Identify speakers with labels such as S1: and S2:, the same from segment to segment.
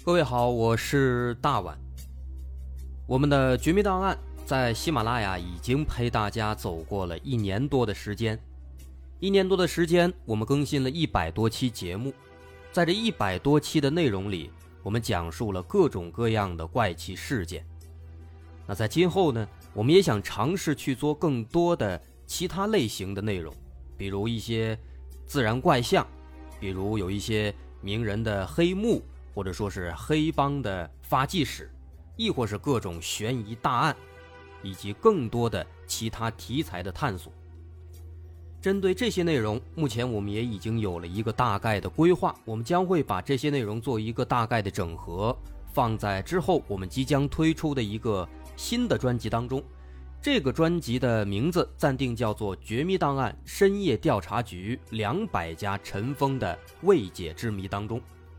S1: 各位好，我是大碗。我们的绝密档案在喜马拉雅已经陪大家走过了1年多的时间。1年多的时间，我们更新了100多期节目。在这100多期的内容里，我们讲述了各种各样的怪奇事件。那在今后呢，我们也想尝试去做更多的其他类型的内容，比如一些自然怪象，比如有一些名人的黑幕，或者说是黑帮的发迹史，亦或是各种悬疑大案，以及更多的其他题材的探索。针对这些内容，目前我们也已经有了一个大概的规划，我们将会把这些内容做一个大概的整合，放在之后我们即将推出的一个新的专辑当中。这个专辑的名字暂定叫做《绝密档案深夜调查局200家尘封的未解之谜》当中。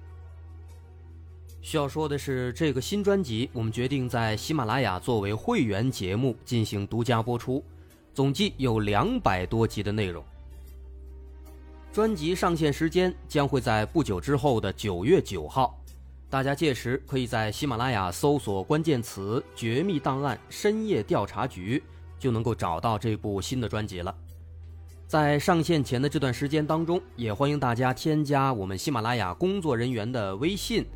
S1: 需要说的是，这个新专辑我们决定在喜马拉雅作为会员节目进行独家播出，总计有200多集的内容。专辑上线时间将会在不久之后的9月9号，大家届时可以在喜马拉雅搜索关键词“绝密档案深夜调查局”，就能够找到这部新的专辑了。在上线前的这段时间当中，也欢迎大家添加我们喜马拉雅工作人员的微信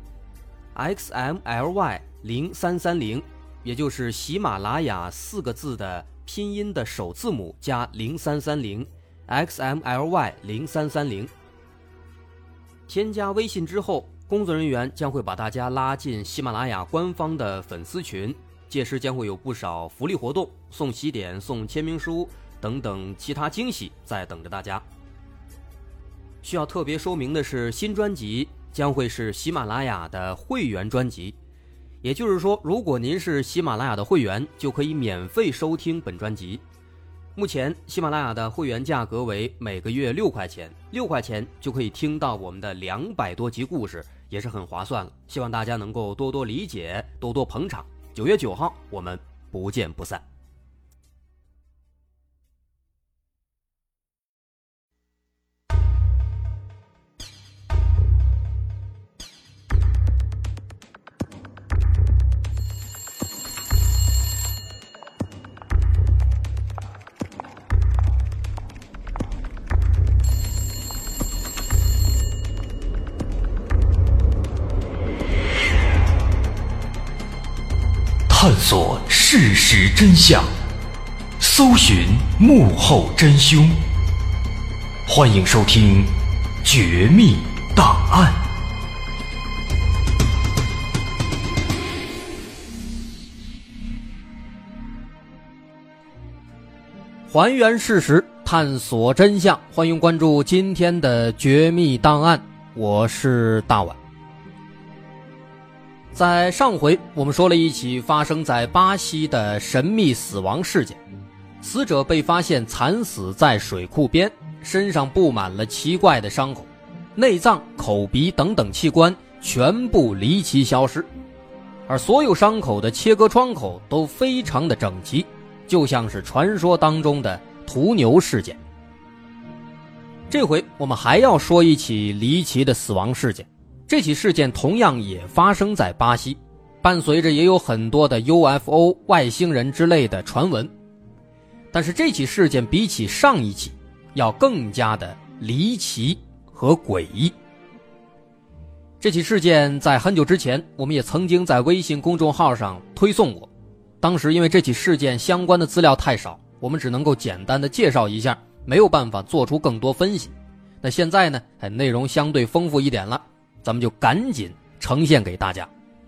S1: XMLY0330，也就是喜马拉雅4个字的拼音的首字母加0330 XMLY0330。添加微信之后，工作人员将会把大家拉进喜马拉雅官方的粉丝群，届时将会有不少福利活动，送喜点、送签名书等等其他惊喜在等着大家。需要特别说明的是，新专辑将会是喜马拉雅的会员专辑，也就是说，如果您是喜马拉雅的会员，就可以免费收听本专辑。目前喜马拉雅的会员价格为每个月6块钱，6块钱就可以听到我们的200多集故事，也是很划算了。希望大家能够多多理解，多多捧场。9月9号我们不见不散。
S2: 探索事实真相，搜寻幕后真凶。欢迎收听《绝密档案》。
S1: 还原事实，探索真相，欢迎关注今天的《绝密档案》，我是大碗。在上回我们说了一起发生在巴西的神秘死亡事件，死者被发现惨死在水库边，身上布满了奇怪的伤口，内脏、口鼻等等器官全部离奇消失，而所有伤口的切割窗口都非常的整齐，就像是传说当中的屠牛事件。这回我们还要说一起离奇的死亡事件，这起事件同样也发生在巴西，伴随着也有很多的 UFO 外星人之类的传闻。但是这起事件比起上一起要更加的离奇和诡异。这起事件在很久之前我们也曾经在微信公众号上推送过，当时因为这起事件相关的资料太少，我们只能够简单的介绍一下，没有办法做出更多分析。那现在呢，内容相对丰富一点了，咱们就赶紧呈现给大家。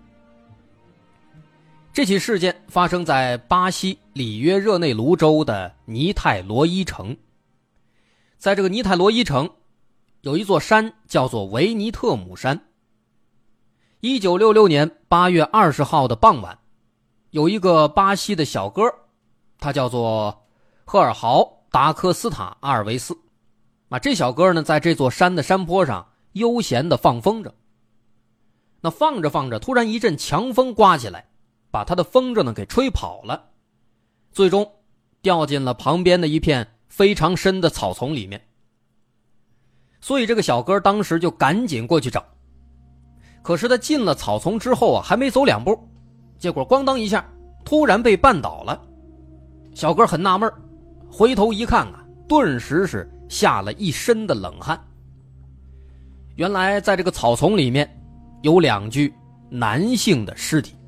S1: 这起事件发生在巴西里约热内卢州的尼泰罗伊城。在这个尼泰罗伊城有一座山叫做维尼特姆山。1966年8月20号的傍晚，有一个巴西的小哥，他叫做赫尔豪·达科斯塔·阿尔维斯。这小哥呢，在这座山的山坡上悠闲地放风筝。那放着放着，突然一阵强风刮起来，把他的风筝呢给吹跑了，最终掉进了旁边的一片非常深的草丛里面。所以这个小哥当时就赶紧过去找， 可是他进了草丛之后啊，还没走2步，结果咣当一下突然被绊倒了。小哥很纳闷，回头一看啊，顿时是下了一身的冷汗。原来在这个草丛里面有2具男性的尸体。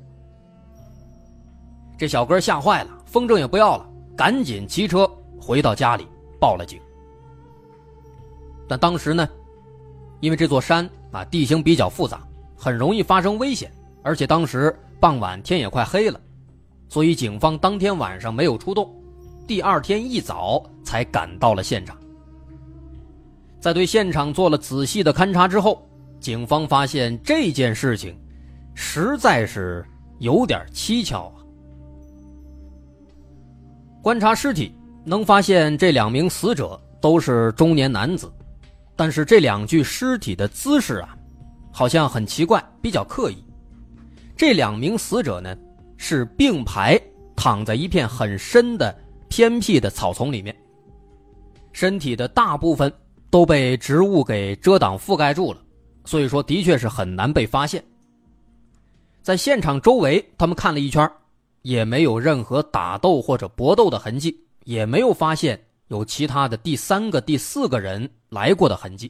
S1: 这小哥吓坏了，风筝也不要了，赶紧骑车回到家里报了警。但当时呢，因为这座山啊地形比较复杂，很容易发生危险，而且当时傍晚天也快黑了，所以警方当天晚上没有出动，第2天一早才赶到了现场。在对现场做了仔细的勘查之后，警方发现这件事情实在是有点蹊跷啊。观察尸体能发现这2名死者都是中年男子，但是这2具尸体的姿势啊好像很奇怪，比较刻意。这2名死者呢是并排躺在一片很深的偏僻的草丛里面，身体的大部分都被植物给遮挡覆盖住了，所以说的确是很难被发现。在现场周围他们看了一圈，也没有任何打斗或者搏斗的痕迹，也没有发现有其他的第3个、第4个人来过的痕迹。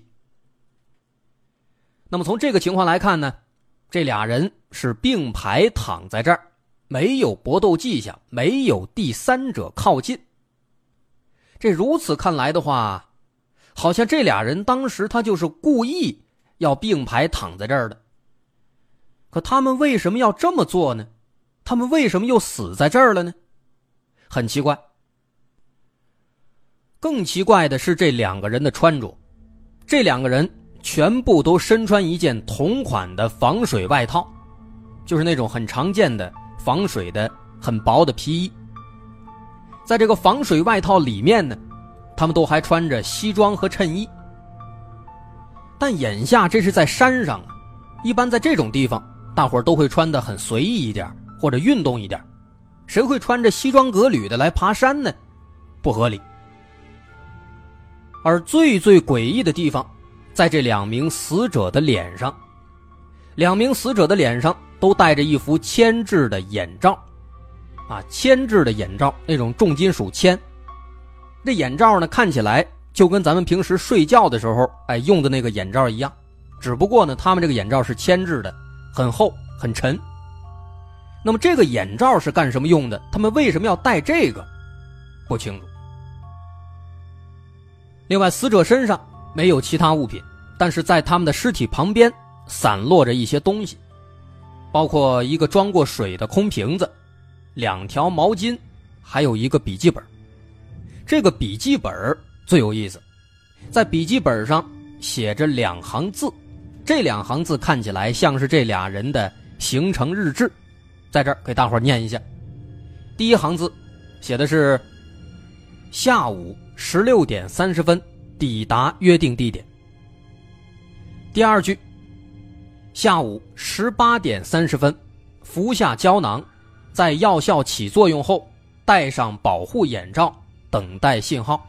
S1: 那么从这个情况来看呢，这2人是并排躺在这儿，没有搏斗迹象，没有第3者靠近。这如此看来的话，好像这2人当时他就是故意要并排躺在这儿的。可他们为什么要这么做呢？他们为什么又死在这儿了呢？很奇怪。更奇怪的是这2个人的穿着，这2个人全部都身穿一件同款的防水外套，就是那种很常见的防水的很薄的皮衣。在这个防水外套里面呢，他们都还穿着西装和衬衣。但眼下这是在山上啊，一般在这种地方大伙儿都会穿得很随意一点，或者运动一点，谁会穿着西装革履的来爬山呢？不合理。而最诡异的地方在这2名死者的脸上，2名死者的脸上都戴着一副铅制的眼罩啊，铅制的眼罩，那种重金属铅。这眼罩呢看起来就跟咱们平时睡觉的时候用的那个眼罩一样，只不过呢他们这个眼罩是铅制的，很厚很沉。那么这个眼罩是干什么用的？他们为什么要戴这个？不清楚。另外死者身上没有其他物品，但是在他们的尸体旁边散落着一些东西，包括一个装过水的空瓶子，2条毛巾，还有一个笔记本。这个笔记本最有意思，在笔记本上写着2行字，这2行字看起来像是这2人的行程日志，在这儿给大伙念一下。第1行字写的是下午16点30分抵达约定地点。第2句，下午18点30分服下胶囊，在药效起作用后戴上保护眼罩，等待信号。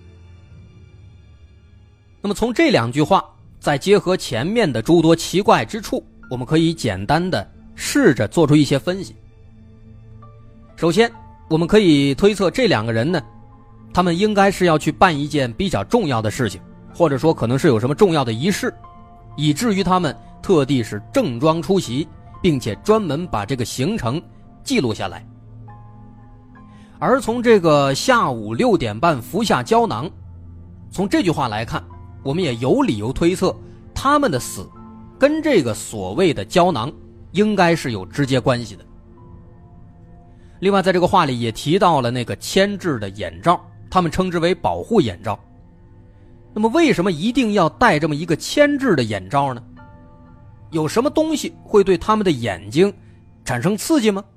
S1: 那么从这2句话再结合前面的诸多奇怪之处，我们可以简单的试着做出一些分析。首先我们可以推测这2个人呢，他们应该是要去办一件比较重要的事情，或者说可能是有什么重要的仪式，以至于他们特地是正装出席，并且专门把这个行程记录下来。而从这个下午6点半服下胶囊，从这句话来看，我们也有理由推测他们的死跟这个所谓的胶囊应该是有直接关系的。另外在这个话里也提到了那个铅制的眼罩，他们称之为保护眼罩。那么为什么一定要戴这么一个铅制的眼罩呢？有什么东西会对他们的眼睛产生刺激吗？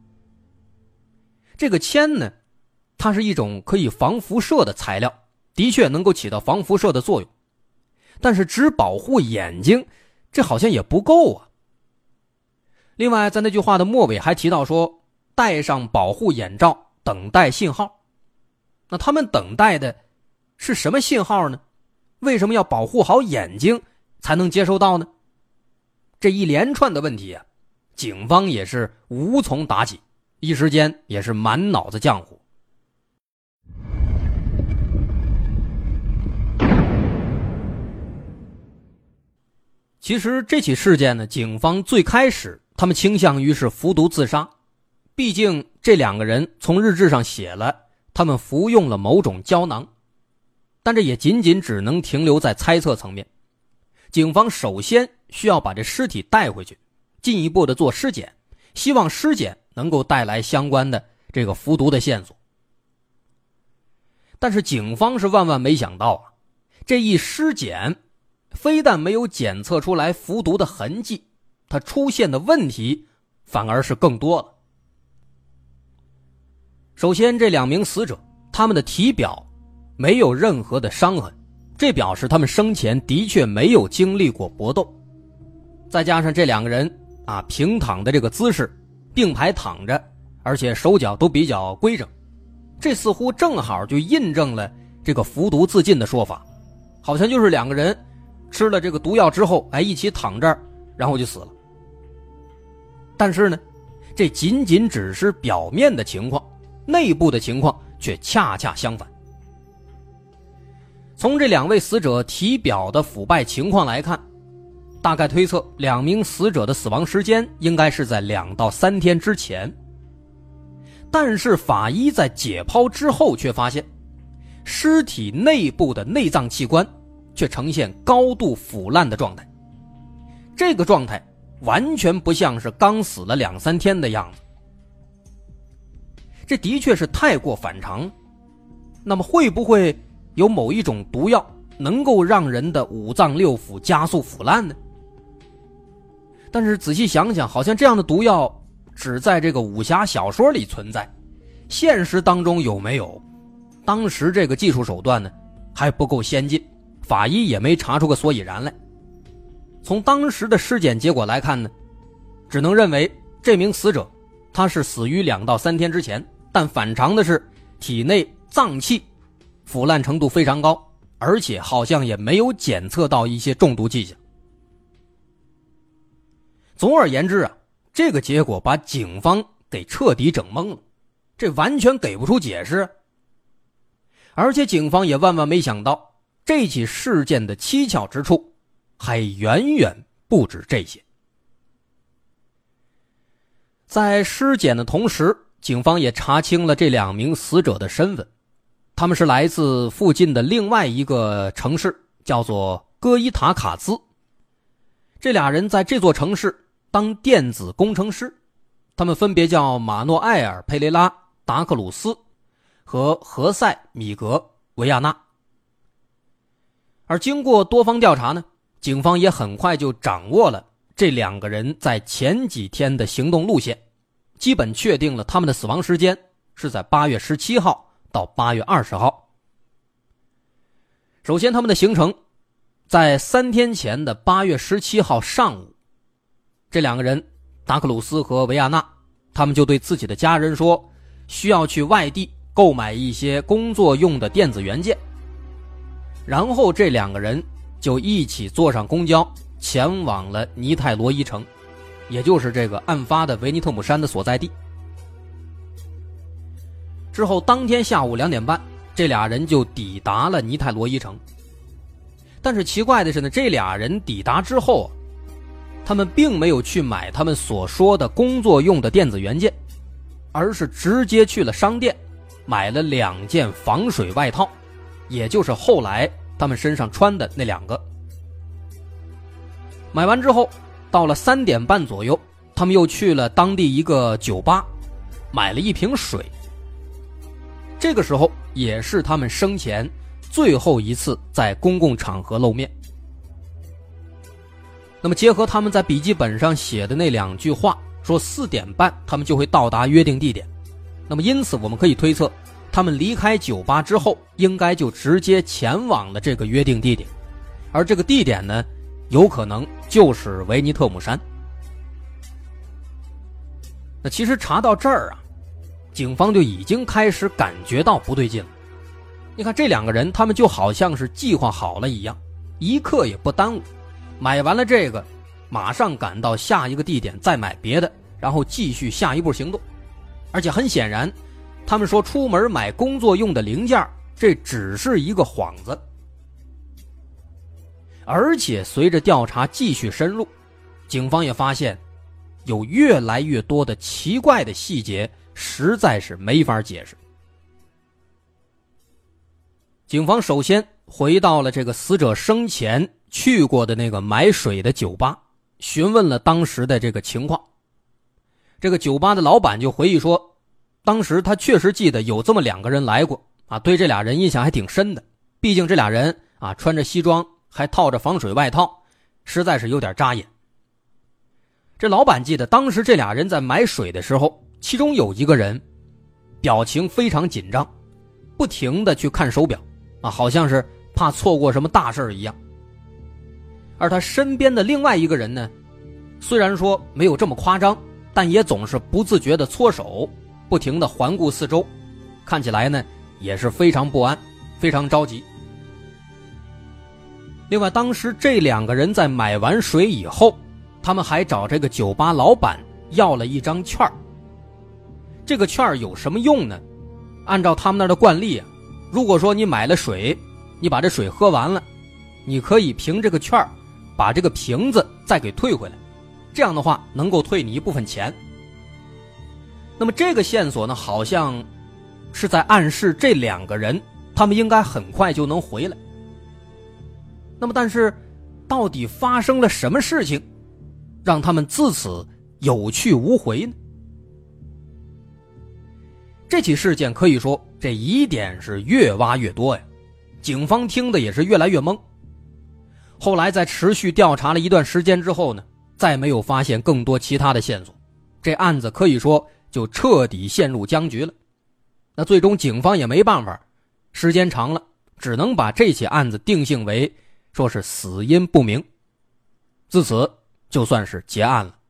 S1: 这个铅呢，它是一种可以防辐射的材料，的确能够起到防辐射的作用，但是只保护眼睛，这好像也不够啊。另外在那句话的末尾还提到说戴上保护眼罩，等待信号。那他们等待的是什么信号呢？为什么要保护好眼睛才能接收到呢？ 这一连串的问题啊，警方也是无从答起，一时间也是满脑子浆糊。其实这起事件呢，警方最开始他们倾向于是服毒自杀，毕竟这两个人从日志上写了他们服用了某种胶囊，但这也仅仅只能停留在猜测层面。警方首先需要把这尸体带回去，进一步的做尸检，希望尸检能够带来相关的这个服毒的线索。但是警方是万万没想到啊，这一尸检非但没有检测出来服毒的痕迹，它出现的问题反而是更多了。首先，这两名死者他们的体表没有任何的伤痕，这表示他们生前的确没有经历过搏斗。再加上这两个人平躺的这个姿势，并排躺着，而且手脚都比较规整，这似乎正好就印证了这个服毒自尽的说法，好像就是两个人吃了这个毒药之后一起躺这儿，然后就死了。但是呢，这仅仅只是表面的情况，内部的情况却恰恰相反。从这两位死者体表的腐败情况来看，大概推测两名死者的死亡时间应该是在2到3天之前。但是法医在解剖之后却发现，尸体内部的内脏器官却呈现高度腐烂的状态，这个状态完全不像是刚死了2、3天的样子，这的确是太过反常。那么会不会有某一种毒药能够让人的五脏六腑加速腐烂呢？但是仔细想想，好像这样的毒药只在这个武侠小说里存在，现实当中有没有？当时这个技术手段呢还不够先进，法医也没查出个所以然来。从当时的尸检结果来看呢，只能认为这名死者他是死于2到3天之前，但反常的是体内脏器腐烂程度非常高，而且好像也没有检测到一些中毒迹象。总而言之这个结果把警方给彻底整懵了，这完全给不出解释。而且警方也万万没想到，这起事件的蹊跷之处还远远不止这些。在尸检的同时，警方也查清了这两名死者的身份，他们是来自附近的另外一个城市，叫做戈伊塔卡兹。这俩人在这座城市当电子工程师，他们分别叫马诺埃尔·佩雷拉·达克鲁斯和何塞·米格·维亚纳。而经过多方调查呢，警方也很快就掌握了这两个人在前几天的行动路线，基本确定了他们的死亡时间是在8月17号到8月20号。首先他们的行程在3天前的8月17号上午，这两个人达克鲁斯和维亚纳他们就对自己的家人说，需要去外地购买一些工作用的电子元件，然后这两个人就一起坐上公交前往了尼泰罗伊城，也就是这个案发的维尼特姆山的所在地。之后当天下午2点半，这俩人就抵达了尼泰罗伊城。但是奇怪的是呢，这俩人抵达之后他们并没有去买他们所说的工作用的电子元件，而是直接去了商店买了2件防水外套，也就是后来他们身上穿的那2个。买完之后到了3点半左右，他们又去了当地一个酒吧买了1瓶水。这个时候也是他们生前最后一次在公共场合露面。那么结合他们在笔记本上写的那2句话，说4点半他们就会到达约定地点，那么因此我们可以推测，他们离开酒吧之后应该就直接前往了这个约定地点，而这个地点呢，有可能就是维尼特姆山。那其实查到这儿警方就已经开始感觉到不对劲了。你看这2个人他们就好像是计划好了一样，一刻也不耽误，买完了这个马上赶到下一个地点再买别的，然后继续下一步行动。而且很显然，他们说出门买工作用的零件，这只是一个幌子。而且随着调查继续深入，警方也发现有越来越多的奇怪的细节，实在是没法解释。警方首先回到了这个死者生前去过的那个买水的酒吧，询问了当时的这个情况。这个酒吧的老板就回忆说，当时他确实记得有这么2个人来过啊，对这俩人印象还挺深的。毕竟这俩人啊穿着西装，还套着防水外套，实在是有点扎眼。这老板记得当时这俩人在买水的时候，其中有一个人表情非常紧张，不停地去看手表啊，好像是怕错过什么大事一样。而他身边的另外一个人呢，虽然说没有这么夸张，但也总是不自觉地搓手，不停地环顾四周，看起来呢也是非常不安，非常着急。另外，当时这2个人在买完水以后，他们还找这个酒吧老板要了一张券。这个券有什么用呢？按照他们那儿的惯例啊，如果说你买了水，你把这水喝完了，你可以凭这个券把这个瓶子再给退回来，这样的话能够退你一部分钱。那么这个线索呢，好像是在暗示这2个人他们应该很快就能回来。那么但是到底发生了什么事情让他们自此有去无回呢？这起事件可以说这疑点是越挖越多呀，警方听的也是越来越懵。后来在持续调查了一段时间之后呢，再没有发现更多其他的线索，这案子可以说就彻底陷入僵局了。那最终警方也没办法，时间长了只能把这起案子定性为说是死因不明，自此就算是结案了。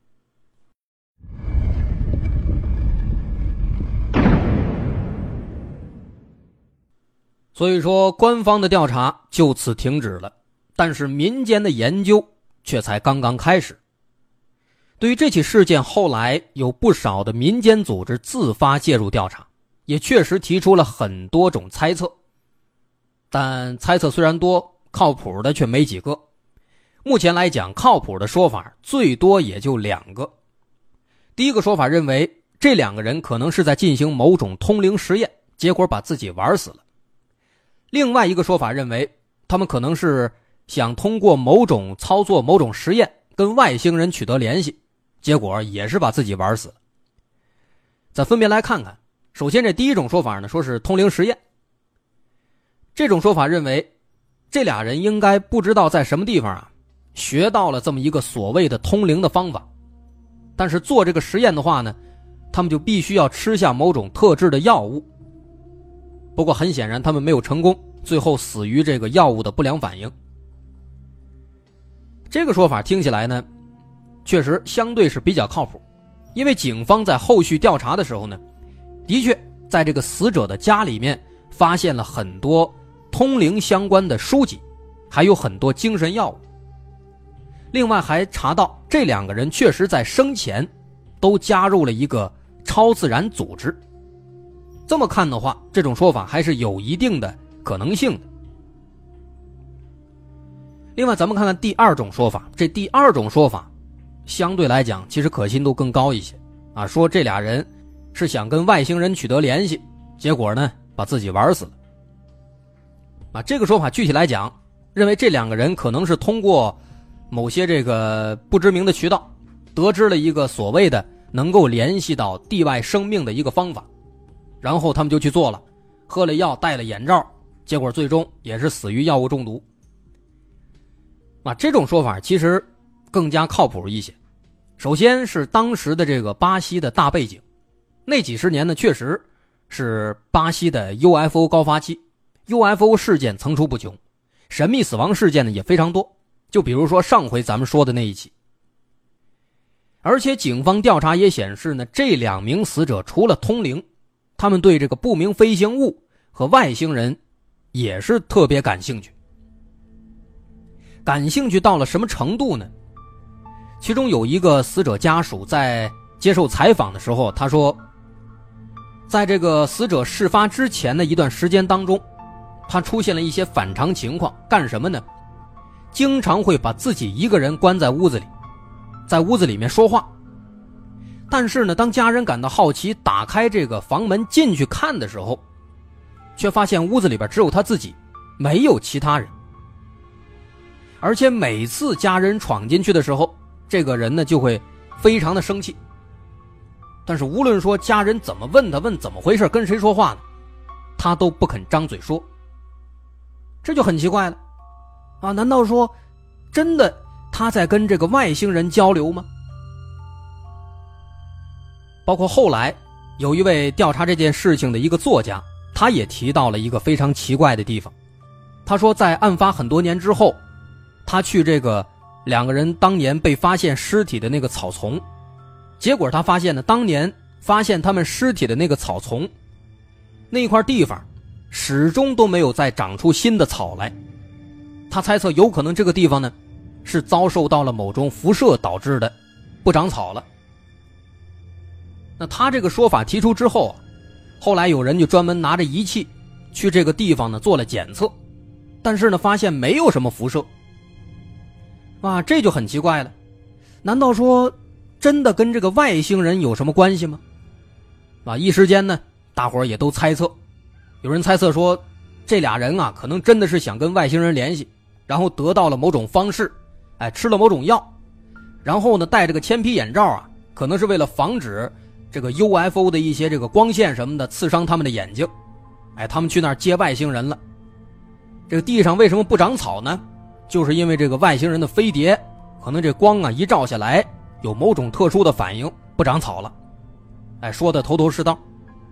S1: 所以说官方的调查就此停止了，但是民间的研究却才刚刚开始。对于这起事件，后来有不少的民间组织自发介入调查，也确实提出了很多种猜测，但猜测虽然多，靠谱的却没几个。目前来讲，靠谱的说法最多也就2个。第一个说法认为这2个人可能是在进行某种通灵实验，结果把自己玩死了。另外一个说法认为他们可能是想通过某种操作某种实验跟外星人取得联系，结果也是把自己玩死了。咱分别来看看，首先这第一种说法呢，说是通灵实验。这种说法认为这俩人应该不知道在什么地方啊学到了这么一个所谓的通灵的方法，但是做这个实验的话呢，他们就必须要吃下某种特制的药物。不过很显然他们没有成功，最后死于这个药物的不良反应。这个说法听起来呢，确实相对是比较靠谱，因为警方在后续调查的时候呢，的确在这个死者的家里面发现了很多通灵相关的书籍，还有很多精神药物。另外还查到这2个人确实在生前都加入了一个超自然组织。这么看的话，这种说法还是有一定的可能性的。另外咱们看看第2种说法，这第2种说法相对来讲其实可信度更高一些啊，说这俩人是想跟外星人取得联系，结果呢把自己玩死了。啊，这个说法具体来讲，认为这2个人可能是通过某些这个不知名的渠道得知了一个所谓的能够联系到地外生命的一个方法，然后他们就去做了，喝了药，戴了眼罩，结果最终也是死于药物中毒。这种说法其实更加靠谱一些。首先是当时的这个巴西的大背景，那几十年呢确实是巴西的 UFO 高发期， UFO 事件层出不穷，神秘死亡事件呢也非常多，就比如说上回咱们说的那一起。而且警方调查也显示呢，这2名死者除了通灵，他们对这个不明飞行物和外星人也是特别感兴趣。感兴趣到了什么程度呢？ 其中有一个死者家属在接受采访的时候，他说在这个死者事发之前的一段时间当中，他出现了一些反常情况。干什么呢？经常会把自己一个人关在屋子里，在屋子里面说话。但是呢，当家人感到好奇，打开这个房门进去看的时候，却发现屋子里边只有他自己，没有其他人。而且每次家人闯进去的时候，这个人呢就会非常的生气。但是无论说家人怎么问他，问怎么回事，跟谁说话呢，他都不肯张嘴说。这就很奇怪了啊！难道说真的他在跟这个外星人交流吗？包括后来有一位调查这件事情的一个作家，他也提到了一个非常奇怪的地方。他说在案发很多年之后，他去这个两个人当年被发现尸体的那个草丛，结果他发现呢，当年发现他们尸体的那个草丛那块地方始终都没有再长出新的草来。他猜测有可能这个地方呢是遭受到了某种辐射导致的不长草了。那他这个说法提出之后，后来有人就专门拿着仪器去这个地方呢做了检测，但是呢发现没有什么辐射。哇，这就很奇怪了，难道说真的跟这个外星人有什么关系吗？一时间呢大伙儿也都猜测，有人猜测说这俩人啊可能真的是想跟外星人联系，然后得到了某种方式，吃了某种药，然后呢戴这个铅皮眼罩啊，可能是为了防止这个 UFO 的一些这个光线什么的刺伤他们的眼睛。他们去那儿接外星人了。这个地上为什么不长草呢？就是因为这个外星人的飞碟可能这光啊一照下来有某种特殊的反应，不长草了。说的头头是道。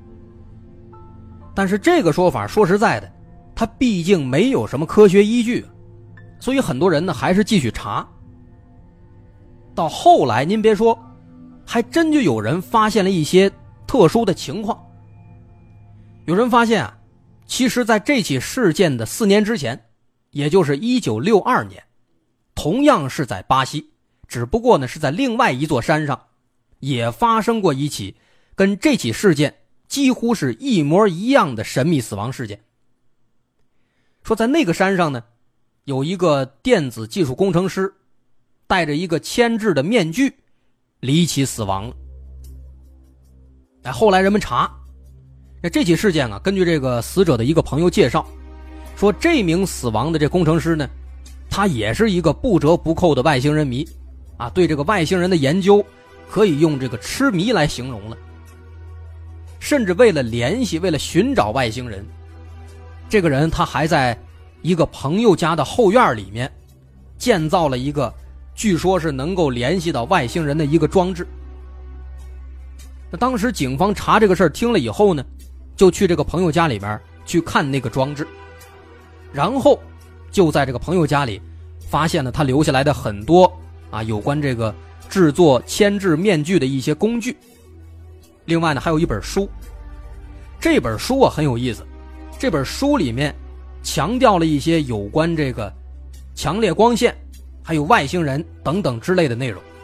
S1: 但是这个说法说实在的，它毕竟没有什么科学依据，所以很多人呢还是继续查。到后来您别说，还真就有人发现了一些特殊的情况。有人发现啊，其实在这起事件的4年之前，也就是1962年，同样是在巴西，只不过呢是在另外一座山上，也发生过一起跟这起事件几乎是一模一样的神秘死亡事件。说在那个山上呢，有一个电子技术工程师戴着一个铅制的面具离奇死亡了。后来人们查，这起事件啊，根据这个死者的一个朋友介绍，说这名死亡的这工程师呢，他也是一个不折不扣的外星人迷啊，对这个外星人的研究可以用这个痴迷来形容了。甚至为了联系，为了寻找外星人，这个人他还在一个朋友家的后院里面建造了一个据说是能够联系到外星人的一个装置。那当时警方查这个事儿听了以后呢，就去这个朋友家里边去看那个装置，然后就在这个朋友家里发现了他留下来的很多有关这个制作铅制面具的一些工具。另外呢还有一本书，这本书啊很有意思，这本书里面强调了一些有关这个强烈光线还有外星人等等之类的内容。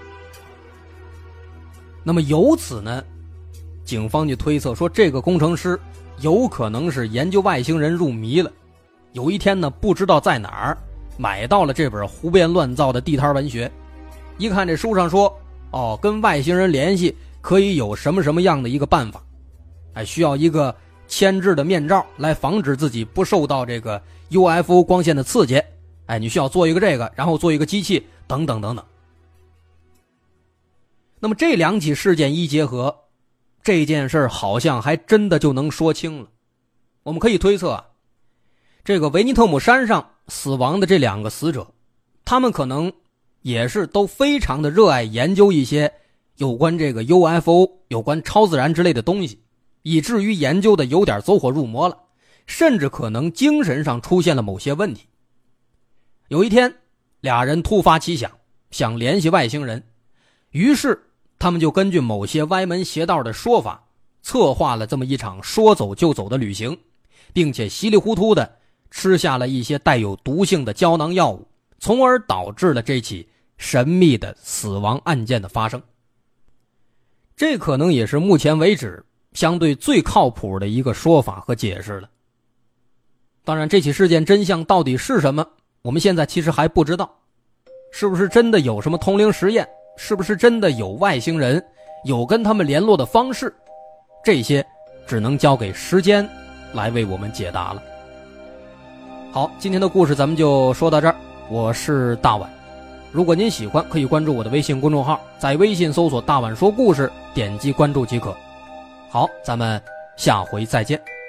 S1: 那么由此呢，警方就推测说这个工程师有可能是研究外星人入迷了，有一天呢不知道在哪儿买到了这本胡编乱造的地摊文学，一看这书上说跟外星人联系可以有什么什么样的一个办法，需要一个铅制的面罩来防止自己不受到这个 UFO 光线的刺激，你需要做一个这个，然后做一个机器等等等等。那么这两起事件一结合，这件事好像还真的就能说清了。我们可以推测这个维尼特姆山上死亡的这两个死者，他们可能也是都非常的热爱研究一些有关这个 UFO 有关超自然之类的东西，以至于研究的有点走火入魔了，甚至可能精神上出现了某些问题。有一天俩人突发奇想，想联系外星人，于是他们就根据某些歪门邪道的说法，策划了这么一场说走就走的旅行，并且稀里糊涂的吃下了一些带有毒性的胶囊药物，从而导致了这起神秘的死亡案件的发生。这可能也是目前为止相对最靠谱的一个说法和解释了。当然，这起事件真相到底是什么，我们现在其实还不知道。是不是真的有什么通灵实验？是不是真的有外星人？有跟他们联络的方式？这些只能交给时间来为我们解答了。好，今天的故事咱们就说到这儿，我是大碗。如果您喜欢，可以关注我的微信公众号，在微信搜索大碗说故事，点击关注即可。好，咱们下回再见。